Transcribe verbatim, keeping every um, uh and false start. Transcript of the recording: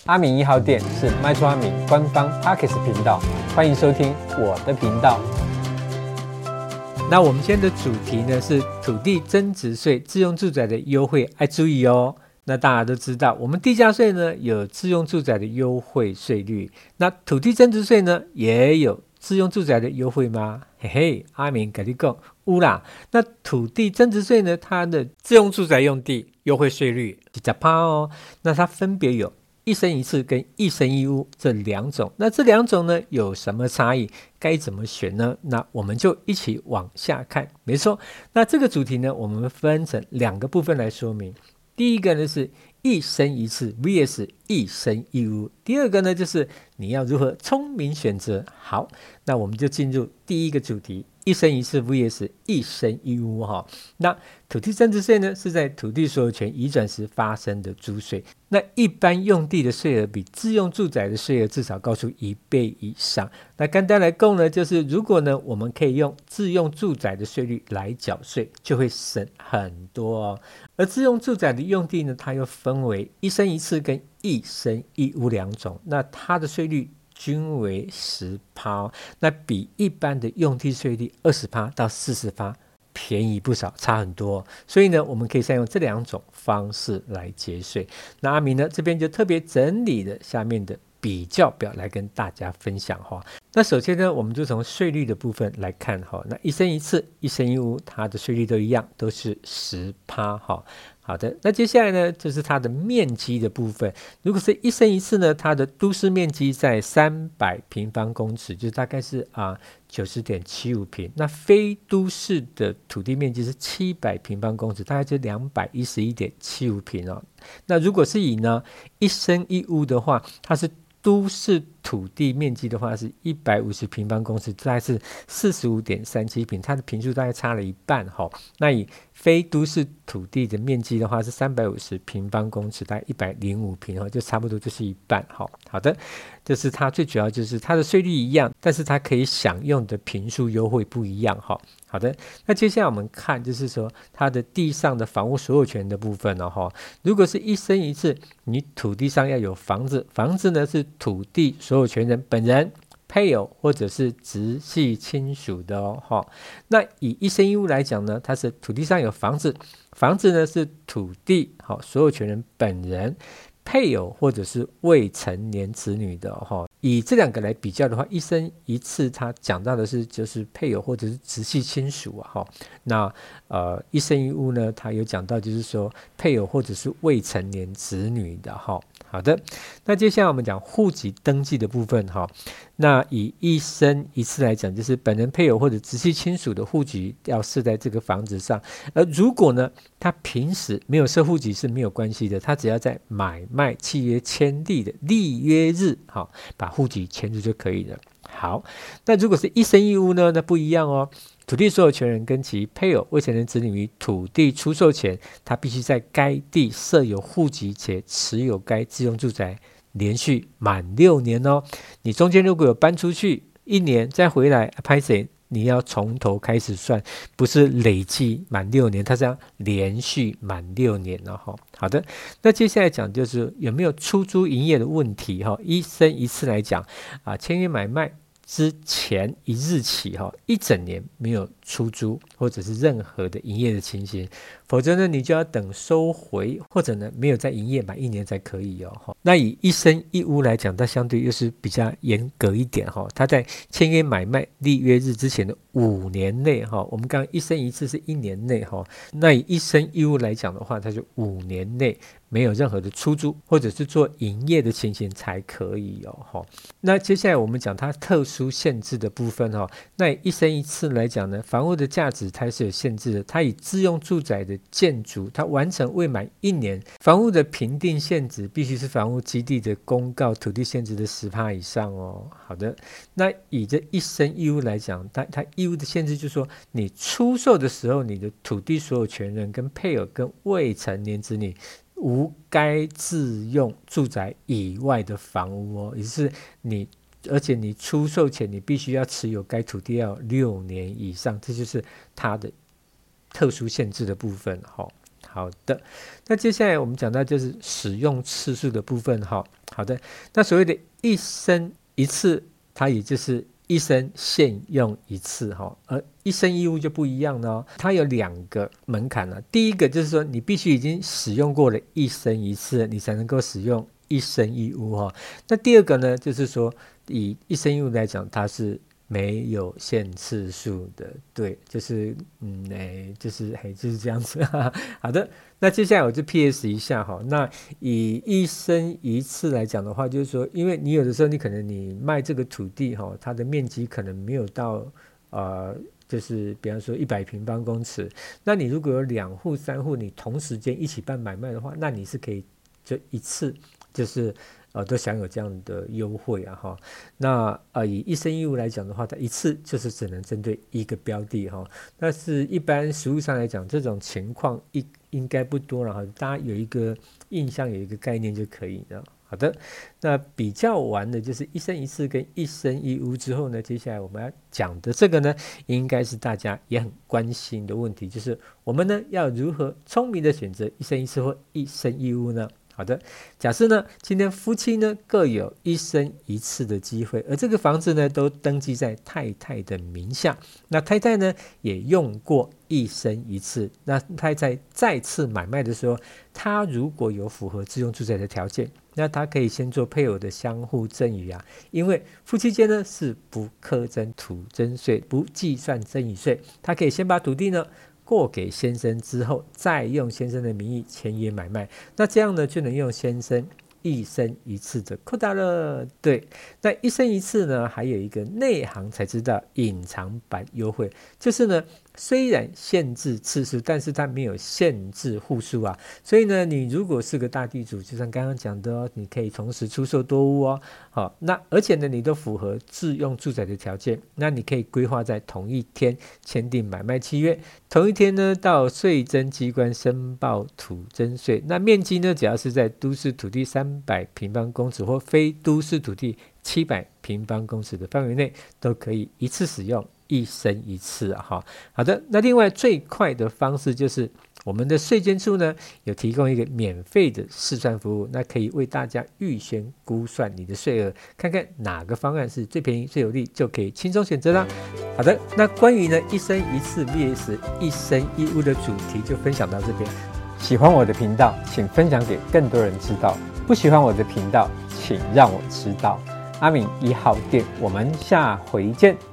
阿明一号店是麦厨阿明官方 Podcast 频道，欢迎收听我的频道。那我们今天的主题呢是土地增值税自用住宅的优惠，要注意哦。那大家都知道，我们地价税呢有自用住宅的优惠税率，那土地增值税呢也有自用住宅的优惠吗？嘿嘿，阿明跟你讲有啦。那土地增值税呢，它的自用住宅用地优惠税率 百分之十 哦，那它分别有一生一次跟一生一屋这两种，那这两种呢有什么差异？该怎么选呢？那我们就一起往下看。没错，那这个主题呢，我们分成两个部分来说明。第一个呢是一生一次 vs 一生一屋，第二个呢就是你要如何聪明选择。好，那我们就进入第一个主题，一生一次 vs 一生一屋哈。那土地增值税呢是在土地所有权移转时发生的租税，那一般用地的税额比自用住宅的税额至少高出一倍以上。那简单来讲呢，就是如果呢我们可以用自用住宅的税率来缴税，就会省很多哦。而自用住宅的用地呢，它又分为一生一次跟一生一屋两种，那它的税率均为 百分之十、哦、那比一般的用地税率 百分之二十 到 百分之四十 便宜不少，差很多。所以呢，我们可以善用这两种方式来节税。那阿明呢，这边就特别整理了下面的比较表来跟大家分享哈。那首先呢，我们就从税率的部分来看哈。那一生一次、一生一屋，它的税率都一样，都是 百分之十 哈。好的，那接下来呢，就是它的面积的部分。如果是一生一次呢，它的都市面积在三百平方公尺，就大概是啊 九十点七五平。那非都市的土地面积是七百平方公尺，大概就两百一十一点七五平哦。那如果是以呢一生一屋的话，它是都市土地面积的话是一百五十平方公尺，大概是 四十五点三七平，它的坪数大概差了一半、哦、那以非都市土地的面积的话是三百五十平方公尺，大概一百零五平、哦、就差不多就是一半、哦、好的，就是它最主要就是它的税率一样，但是它可以享用的坪数优惠不一样、哦、好的，那接下来我们看就是说它的地上的房屋所有权的部分、哦、如果是一生一次，你土地上要有房子，房子呢是土地所有权人本人、配偶或者是直系亲属的哦。那以一生一屋来讲呢，它是土地上有房子，房子呢是土地所有权人本人、配偶或者是未成年子女的哦。以这两个来比较的话，一生一次它讲到的是就是配偶或者是直系亲属啊哈。那呃一生一屋呢，它有讲到就是说配偶或者是未成年子女的哈。好的，那接下来我们讲户籍登记的部分哈。那以一生一次来讲，就是本人、配偶或者直系亲属的户籍要设在这个房子上。而如果呢，他平时没有设户籍是没有关系的，他只要在买卖契约签订的立约日，好，把户籍迁入就可以了。好，那如果是一生一屋呢，那不一样哦。土地所有权人跟其配偶、未成年子女于土地出售前，他必须在该地设有户籍且持有该自用住宅连续满六年哦。你中间如果有搬出去一年再回来，拍谁？你要从头开始算，不是累计满六年，它是要连续满六年哦。好的，那接下来讲就是有没有出租营业的问题哈。一生一次来讲啊，签约买卖之前一日起哈，一整年没有出租或者是任何的营业的情形，否则呢你就要等收回，或者呢没有在营业满一年才可以哦。那以一生一屋来讲，它相对又是比较严格一点哈。它在签约买卖立约日之前的五年内哈，我们刚刚一生一次是一年内哈，那以一生一屋来讲的话，它就五年内没有任何的出租或者是做营业的情形才可以哦。那接下来我们讲它特殊限制的部分哦。那以一生一次来讲呢，房屋的价值它是有限制的，它以自用住宅的建筑，它完成未满一年，房屋的评定限值必须是房屋基地的公告土地限值的 百分之十 以上哦。好的，那以这一生一屋来讲，它它义务的限制就是说，你出售的时候，你的土地所有权人跟配偶跟未成年子女无该自用住宅以外的房屋哦，也就是你，而且你出售前你必须要持有该土地要六年以上，这就是它的特殊限制的部分哈。好的，那接下来我们讲到就是使用次数的部分哈。 好的，那所谓的一生一次，它也就是一生限用一次哈，而一生一屋就不一样了哦，它有两个门槛了。第一个就是说，你必须已经使用过了一生一次，你才能够使用一生一屋哈。那第二个呢，就是说以一生一屋来讲，它是没有限次数的，对，就是嗯，哎，就是嘿，就是这样子。好的，那接下来我就 P S 一下哈。那以一生一次来讲的话，就是说，因为你有的时候你可能你卖这个土地哈，它的面积可能没有到呃，就是比方说一百平方公尺，那你如果有两户三户，你同时间一起办买卖的话，那你是可以就一次就是。呃，都享有这样的优惠啊哈。那呃，以一生一屋来讲的话，它一次就是只能针对一个标的哈。但是一般实务上来讲，这种情况应应该不多了哈。大家有一个印象，有一个概念就可以了。好的，那比较完的就是一生一次跟一生一屋之后呢，接下来我们要讲的这个呢，应该是大家也很关心的问题，就是我们呢要如何聪明的选择一生一次或一生一屋呢？好的，假设呢，今天夫妻呢各有一生一次的机会，而这个房子呢都登记在太太的名下，那太太呢也用过一生一次，那太太再次买卖的时候，她如果有符合自用住宅的条件，那她可以先做配偶的相互赠与啊，因为夫妻间呢是不课征土增税，不计算赠与税，她可以先把土地呢过给先生之后，再用先生的名义签约买卖，那这样呢就能用先生一生一次的扣打了。对，那一生一次呢，还有一个内行才知道隐藏版优惠，就是呢，虽然限制次数，但是它没有限制户数啊。所以呢，你如果是个大地主，就像刚刚讲的哦，你可以同时出售多屋哦。好，那而且呢，你都符合自用住宅的条件，那你可以规划在同一天签订买卖契约，同一天呢到税征机关申报土增税。那面积呢，只要是在都市土地三百平方公尺或非都市土地七百平方公尺的范围内，都可以一次使用。一生一次啊，哈，好的。那另外最快的方式就是我们的税监处呢有提供一个免费的试算服务，那可以为大家预先估算你的税额，看看哪个方案是最便宜、最有利，就可以轻松选择啦。好的，那关于呢一生一次 V S 一生一屋的主题就分享到这边。喜欢我的频道，请分享给更多人知道；不喜欢我的频道，请让我知道。阿敏一号店，我们下回见。